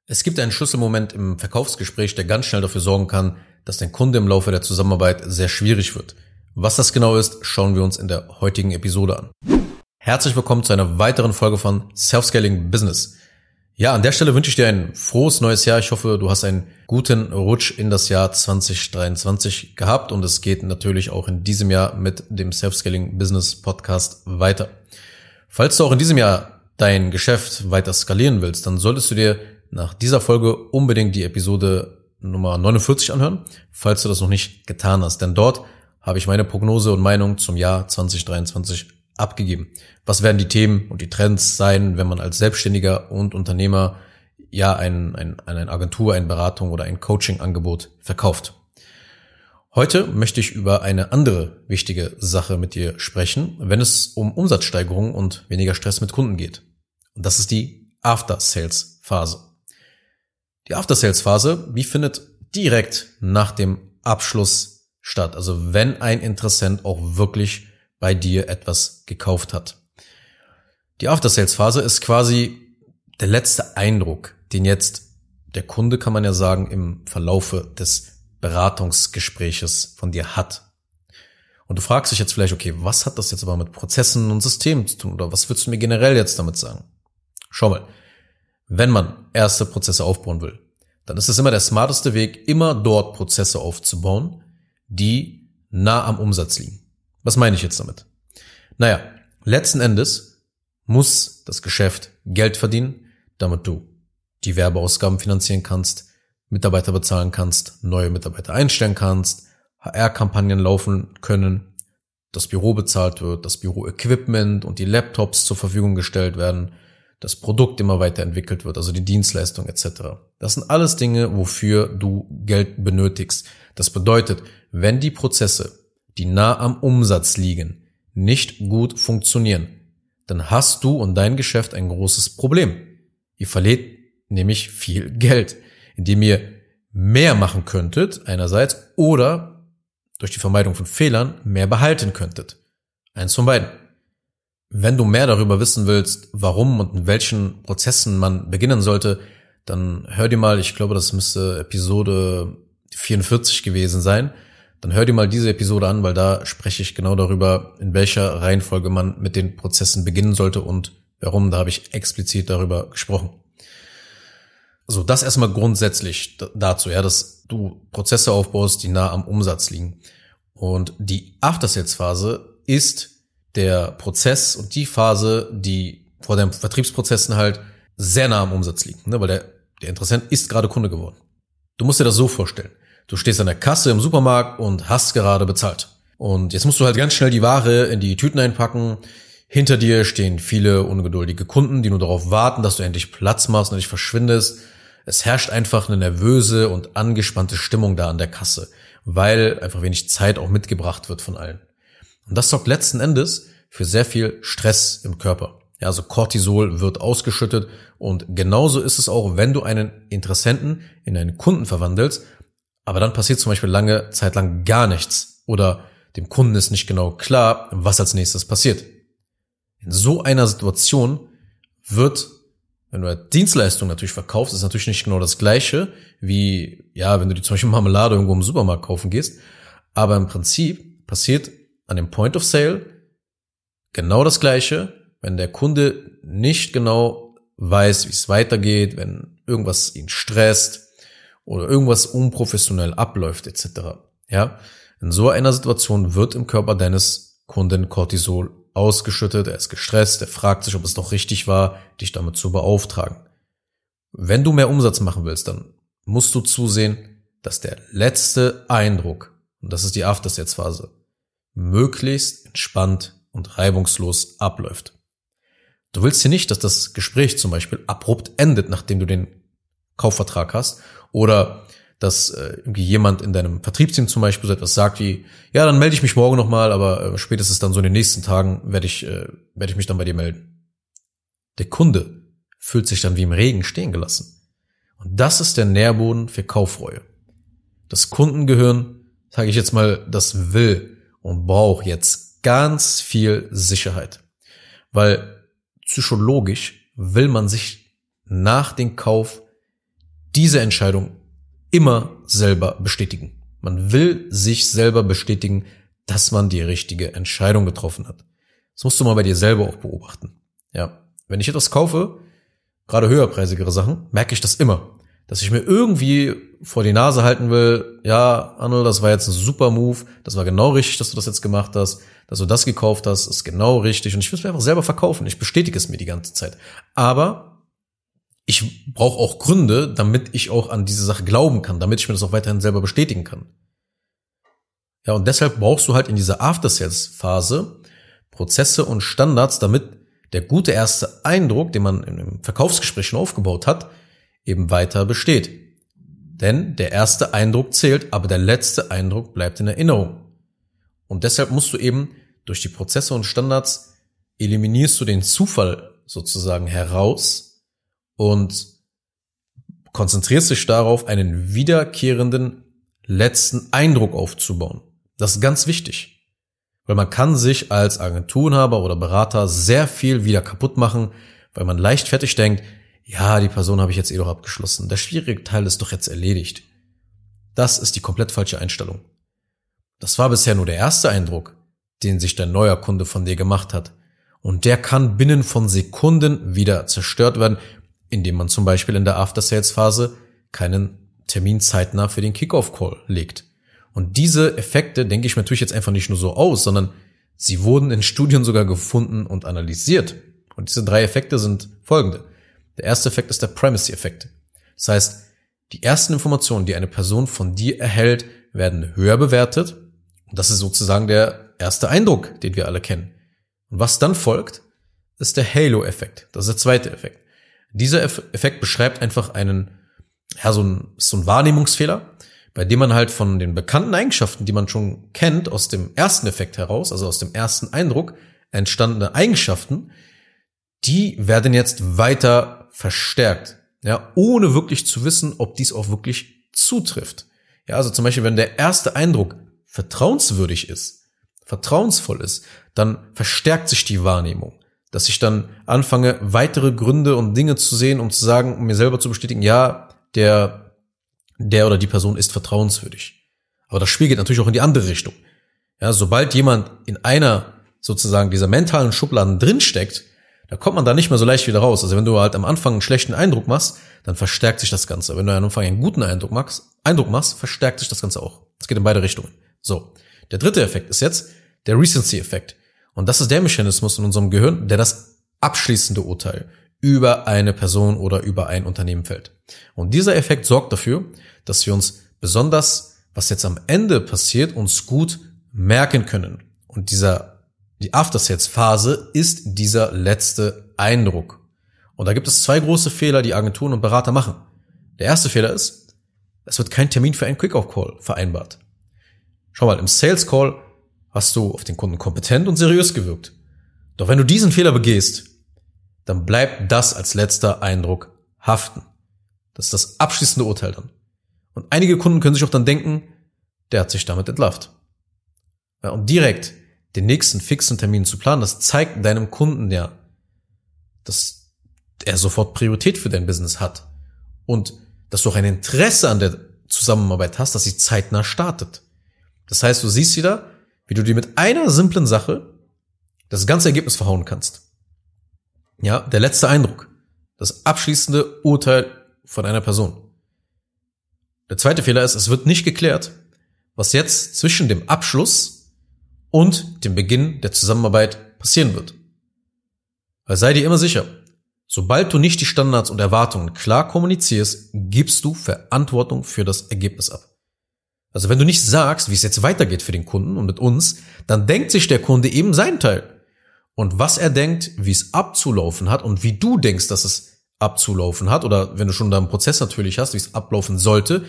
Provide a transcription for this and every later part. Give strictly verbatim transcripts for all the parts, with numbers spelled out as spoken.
Es gibt einen Schlüsselmoment im Verkaufsgespräch, der ganz schnell dafür sorgen kann, dass dein Kunde im Laufe der Zusammenarbeit sehr schwierig wird. Was das genau ist, schauen wir uns in der heutigen Episode an. Herzlich willkommen zu einer weiteren Folge von Self-Scaling Business. Ja, an der Stelle wünsche ich dir ein frohes neues Jahr. Ich hoffe, du hast einen guten Rutsch in das Jahr zwanzig dreiundzwanzig gehabt und es geht natürlich auch in diesem Jahr mit dem Self-Scaling Business Podcast weiter. Falls du auch in diesem Jahr dein Geschäft weiter skalieren willst, dann solltest du dir nach dieser Folge unbedingt die Episode Nummer neunundvierzig anhören, falls du das noch nicht getan hast. Denn dort habe ich meine Prognose und Meinung zum Jahr zwanzig dreiundzwanzig abgegeben. Was werden die Themen und die Trends sein, wenn man als Selbstständiger und Unternehmer ja ein, ein, eine Agentur, eine Beratung oder ein Coaching-Angebot verkauft? Heute möchte ich über eine andere wichtige Sache mit dir sprechen, wenn es um Umsatzsteigerung und weniger Stress mit Kunden geht. Und das ist die After-Sales-Phase. Die After-Sales-Phase, die findet direkt nach dem Abschluss statt. Also wenn ein Interessent auch wirklich bei dir etwas gekauft hat. Die After-Sales-Phase ist quasi der letzte Eindruck, den jetzt der Kunde, kann man ja sagen, im Verlaufe des Beratungsgespräches von dir hat. Und du fragst dich jetzt vielleicht, okay, was hat das jetzt aber mit Prozessen und Systemen zu tun? Oder was würdest du mir generell jetzt damit sagen? Schau mal. Wenn man erste Prozesse aufbauen will, dann ist es immer der smarteste Weg, immer dort Prozesse aufzubauen, die nah am Umsatz liegen. Was meine ich jetzt damit? Naja, letzten Endes muss das Geschäft Geld verdienen, damit du die Werbeausgaben finanzieren kannst, Mitarbeiter bezahlen kannst, neue Mitarbeiter einstellen kannst, H R-Kampagnen laufen können, das Büro bezahlt wird, das Büroequipment und die Laptops zur Verfügung gestellt werden, das Produkt immer weiterentwickelt wird, also die Dienstleistung et cetera. Das sind alles Dinge, wofür du Geld benötigst. Das bedeutet, wenn die Prozesse, die nah am Umsatz liegen, nicht gut funktionieren, dann hast du und dein Geschäft ein großes Problem. Ihr verliert nämlich viel Geld, indem ihr mehr machen könntet einerseits oder durch die Vermeidung von Fehlern mehr behalten könntet. Eins von beiden. Wenn du mehr darüber wissen willst, warum und in welchen Prozessen man beginnen sollte, dann hör dir mal, ich glaube, das müsste Episode vierundvierzig gewesen sein, dann hör dir mal diese Episode an, weil da spreche ich genau darüber, in welcher Reihenfolge man mit den Prozessen beginnen sollte und warum, da habe ich explizit darüber gesprochen. So, das erstmal grundsätzlich dazu, ja, dass du Prozesse aufbaust, die nah am Umsatz liegen. Und die After-Sales-Phase ist der Prozess und die Phase, die vor den Vertriebsprozessen halt sehr nah am Umsatz liegt, ne? Weil der, der Interessent ist gerade Kunde geworden. Du musst dir das so vorstellen. Du stehst an der Kasse im Supermarkt und hast gerade bezahlt. Und jetzt musst du halt ganz schnell die Ware in die Tüten einpacken. Hinter dir stehen viele ungeduldige Kunden, die nur darauf warten, dass du endlich Platz machst und nicht verschwindest. Es herrscht einfach eine nervöse und angespannte Stimmung da an der Kasse, weil einfach wenig Zeit auch mitgebracht wird von allen. Und das sorgt letzten Endes für sehr viel Stress im Körper. Ja, also Cortisol wird ausgeschüttet und genauso ist es auch, wenn du einen Interessenten in einen Kunden verwandelst, aber dann passiert zum Beispiel lange Zeit lang gar nichts oder dem Kunden ist nicht genau klar, was als nächstes passiert. In so einer Situation wird, wenn du eine Dienstleistung natürlich verkaufst, ist natürlich nicht genau das Gleiche wie, ja, wenn du dir zum Beispiel Marmelade irgendwo im Supermarkt kaufen gehst, aber im Prinzip passiert an dem Point of Sale genau das Gleiche, wenn der Kunde nicht genau weiß, wie es weitergeht, wenn irgendwas ihn stresst oder irgendwas unprofessionell abläuft et cetera. Ja, in so einer Situation wird im Körper deines Kunden Cortisol ausgeschüttet, er ist gestresst, er fragt sich, ob es doch richtig war, dich damit zu beauftragen. Wenn du mehr Umsatz machen willst, dann musst du zusehen, dass der letzte Eindruck, und das ist die After-Sales-Phase, möglichst entspannt und reibungslos abläuft. Du willst hier nicht, dass das Gespräch zum Beispiel abrupt endet, nachdem du den Kaufvertrag hast, oder dass äh, irgendwie jemand in deinem Vertriebsteam zum Beispiel so etwas sagt wie, ja, dann melde ich mich morgen nochmal, aber äh, spätestens dann so in den nächsten Tagen werde ich, äh, werde ich mich dann bei dir melden. Der Kunde fühlt sich dann wie im Regen stehen gelassen. Und das ist der Nährboden für Kaufreue. Das Kundengehirn, sage ich jetzt mal, das will und braucht jetzt ganz viel Sicherheit. Weil psychologisch will man sich nach dem Kauf diese Entscheidung immer selber bestätigen. Man will sich selber bestätigen, dass man die richtige Entscheidung getroffen hat. Das musst du mal bei dir selber auch beobachten. Ja, wenn ich etwas kaufe, gerade höherpreisigere Sachen, merke ich das immer, dass ich mir irgendwie vor die Nase halten will, ja, Arnold, das war jetzt ein super Move, das war genau richtig, dass du das jetzt gemacht hast, dass du das gekauft hast, ist genau richtig und ich will es mir einfach selber verkaufen, ich bestätige es mir die ganze Zeit. Aber ich brauche auch Gründe, damit ich auch an diese Sache glauben kann, damit ich mir das auch weiterhin selber bestätigen kann. Ja, und deshalb brauchst du halt in dieser After-Sales-Phase Prozesse und Standards, damit der gute erste Eindruck, den man im Verkaufsgespräch schon aufgebaut hat, eben weiter besteht. Denn der erste Eindruck zählt, aber der letzte Eindruck bleibt in Erinnerung. Und deshalb musst du eben durch die Prozesse und Standards eliminierst du den Zufall sozusagen heraus und konzentrierst dich darauf, einen wiederkehrenden letzten Eindruck aufzubauen. Das ist ganz wichtig. Weil man kann sich als Agenturenhaber oder Berater sehr viel wieder kaputt machen, weil man leichtfertig denkt, ja, die Person habe ich jetzt eh doch abgeschlossen. Der schwierige Teil ist doch jetzt erledigt. Das ist die komplett falsche Einstellung. Das war bisher nur der erste Eindruck, den sich dein neuer Kunde von dir gemacht hat. Und der kann binnen von Sekunden wieder zerstört werden, indem man zum Beispiel in der After-Sales-Phase keinen Termin zeitnah für den Kick-Off-Call legt. Und diese Effekte denke ich mir natürlich jetzt einfach nicht nur so aus, sondern sie wurden in Studien sogar gefunden und analysiert. Und diese drei Effekte sind folgende. Der erste Effekt ist der Primacy-Effekt. Das heißt, die ersten Informationen, die eine Person von dir erhält, werden höher bewertet. Und das ist sozusagen der erste Eindruck, den wir alle kennen. Und was dann folgt, ist der Halo-Effekt. Das ist der zweite Effekt. Dieser Effekt beschreibt einfach einen, ja, so ein, so ein Wahrnehmungsfehler, bei dem man halt von den bekannten Eigenschaften, die man schon kennt, aus dem ersten Effekt heraus, also aus dem ersten Eindruck, entstandene Eigenschaften, die werden jetzt weiter verstärkt, ja, ohne wirklich zu wissen, ob dies auch wirklich zutrifft. Ja, also zum Beispiel, wenn der erste Eindruck vertrauenswürdig ist, vertrauensvoll ist, dann verstärkt sich die Wahrnehmung, dass ich dann anfange, weitere Gründe und Dinge zu sehen, um zu sagen, um mir selber zu bestätigen, ja, der der oder die Person ist vertrauenswürdig. Aber das Spiel geht natürlich auch in die andere Richtung. Ja, sobald jemand in einer sozusagen dieser mentalen Schubladen drinsteckt, da kommt man da nicht mehr so leicht wieder raus. Also wenn du halt am Anfang einen schlechten Eindruck machst, dann verstärkt sich das Ganze. Wenn du am Anfang einen guten Eindruck machst, Eindruck machst, verstärkt sich das Ganze auch. Es geht in beide Richtungen. So. Der dritte Effekt ist jetzt der Recency-Effekt. Und das ist der Mechanismus in unserem Gehirn, der das abschließende Urteil über eine Person oder über ein Unternehmen fällt. Und dieser Effekt sorgt dafür, dass wir uns besonders, was jetzt am Ende passiert, uns gut merken können. Und dieser, die After-Sales-Phase ist dieser letzte Eindruck. Und da gibt es zwei große Fehler, die Agenturen und Berater machen. Der erste Fehler ist, es wird kein Termin für einen Quick-Off-Call vereinbart. Schau mal, im Sales-Call hast du auf den Kunden kompetent und seriös gewirkt. Doch wenn du diesen Fehler begehst, dann bleibt das als letzter Eindruck haften. Das ist das abschließende Urteil dann. Und einige Kunden können sich auch dann denken, der hat sich damit entlarvt. Ja, und direkt den nächsten fixen Termin zu planen, das zeigt deinem Kunden ja, dass er sofort Priorität für dein Business hat. Und dass du auch ein Interesse an der Zusammenarbeit hast, dass sie zeitnah startet. Das heißt, du siehst wieder, wie du dir mit einer simplen Sache das ganze Ergebnis verhauen kannst. Ja, der letzte Eindruck. Das abschließende Urteil von einer Person. Der zweite Fehler ist, es wird nicht geklärt, was jetzt zwischen dem Abschluss und dem Beginn der Zusammenarbeit passieren wird. Weil sei dir immer sicher, sobald du nicht die Standards und Erwartungen klar kommunizierst, gibst du Verantwortung für das Ergebnis ab. Also wenn du nicht sagst, wie es jetzt weitergeht für den Kunden und mit uns, dann denkt sich der Kunde eben seinen Teil. Und was er denkt, wie es abzulaufen hat und wie du denkst, dass es abzulaufen hat, oder wenn du schon da einen Prozess natürlich hast, wie es ablaufen sollte,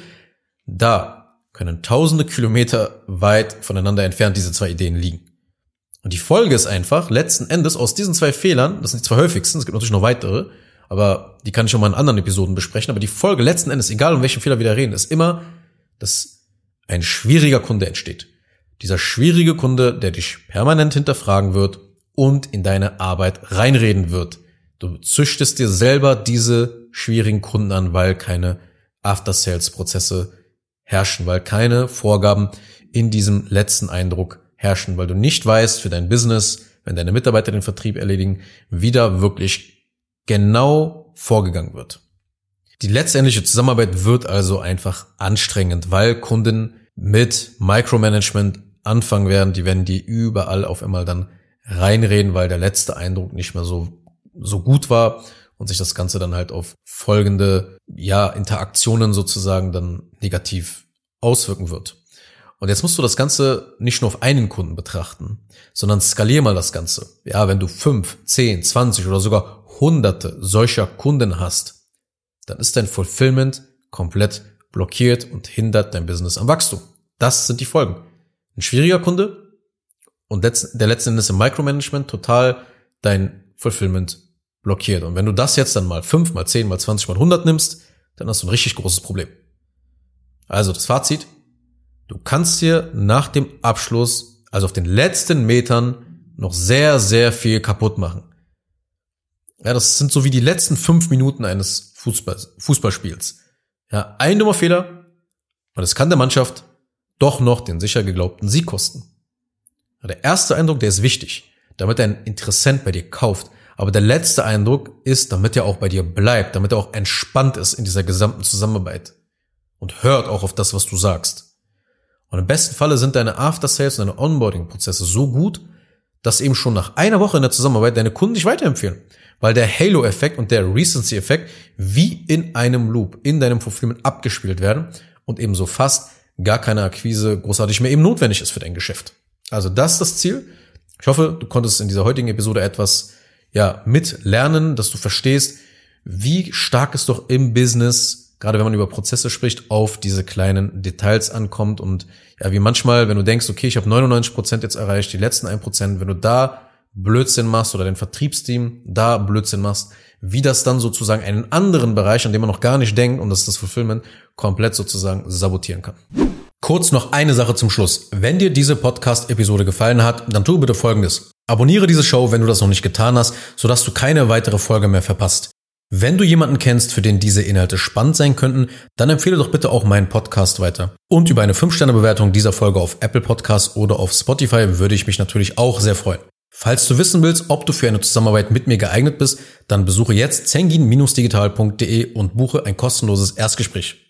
da können tausende Kilometer weit voneinander entfernt diese zwei Ideen liegen. Und die Folge ist einfach, letzten Endes aus diesen zwei Fehlern, das sind die zwei häufigsten, es gibt natürlich noch weitere, aber die kann ich schon mal in anderen Episoden besprechen, aber die Folge letzten Endes, egal um welchen Fehler wir da reden, ist immer, dass ein schwieriger Kunde entsteht. Dieser schwierige Kunde, der dich permanent hinterfragen wird und in deine Arbeit reinreden wird. Du züchtest dir selber diese schwierigen Kunden an, weil keine After-Sales-Prozesse herrschen, weil keine Vorgaben in diesem letzten Eindruck herrschen, weil du nicht weißt für dein Business, wenn deine Mitarbeiter den Vertrieb erledigen, wie da wirklich genau vorgegangen wird. Die letztendliche Zusammenarbeit wird also einfach anstrengend, weil Kunden mit Micromanagement anfangen werden, die werden dir überall auf einmal dann reinreden, weil der letzte Eindruck nicht mehr so so gut war und sich das Ganze dann halt auf folgende ja Interaktionen sozusagen dann negativ auswirken wird. Und jetzt musst du das Ganze nicht nur auf einen Kunden betrachten, sondern skalier mal das Ganze. Ja, wenn du fünf, zehn, zwanzig oder sogar hunderte solcher Kunden hast, dann ist dein Fulfillment komplett blockiert und hindert dein Business am Wachstum. Das sind die Folgen. Ein schwieriger Kunde und der letzten Endes im Micromanagement total dein Fulfillment blockiert. Und wenn du das jetzt dann mal fünf, mal zehn, mal zwanzig, mal hundert nimmst, dann hast du ein richtig großes Problem. Also das Fazit: Du kannst dir nach dem Abschluss, also auf den letzten Metern, noch sehr, sehr viel kaputt machen. Ja, das sind so wie die letzten fünf Minuten eines Fußball, Fußballspiels. Ja, ein dummer Fehler und es kann der Mannschaft doch noch den sicher geglaubten Sieg kosten. Ja, der erste Eindruck, der ist wichtig, damit ein Interessent bei dir kauft. Aber der letzte Eindruck ist, damit er auch bei dir bleibt, damit er auch entspannt ist in dieser gesamten Zusammenarbeit und hört auch auf das, was du sagst. Und im besten Falle sind deine After-Sales und deine Onboarding-Prozesse so gut, dass eben schon nach einer Woche in der Zusammenarbeit deine Kunden dich weiterempfehlen. Weil der Halo-Effekt und der Recency-Effekt wie in einem Loop in deinem Fulfillment abgespielt werden und eben so fast gar keine Akquise großartig mehr eben notwendig ist für dein Geschäft. Also das ist das Ziel. Ich hoffe, du konntest in dieser heutigen Episode etwas ja mitlernen, dass du verstehst, wie stark es doch im Business, gerade wenn man über Prozesse spricht, auf diese kleinen Details ankommt und ja, wie manchmal, wenn du denkst, okay, ich habe neunundneunzig Prozent jetzt erreicht, die letzten ein Prozent, wenn du da Blödsinn machst oder dein Vertriebsteam da Blödsinn machst, wie das dann sozusagen einen anderen Bereich, an dem man noch gar nicht denkt, und das ist das Fulfillment, komplett sozusagen sabotieren kann. Kurz noch eine Sache zum Schluss. Wenn dir diese Podcast-Episode gefallen hat, dann tu bitte Folgendes. Abonniere diese Show, wenn du das noch nicht getan hast, sodass du keine weitere Folge mehr verpasst. Wenn du jemanden kennst, für den diese Inhalte spannend sein könnten, dann empfehle doch bitte auch meinen Podcast weiter. Und über eine fünf Sterne Bewertung dieser Folge auf Apple Podcasts oder auf Spotify würde ich mich natürlich auch sehr freuen. Falls du wissen willst, ob du für eine Zusammenarbeit mit mir geeignet bist, dann besuche jetzt zengin Bindestrich digital Punkt de und buche ein kostenloses Erstgespräch.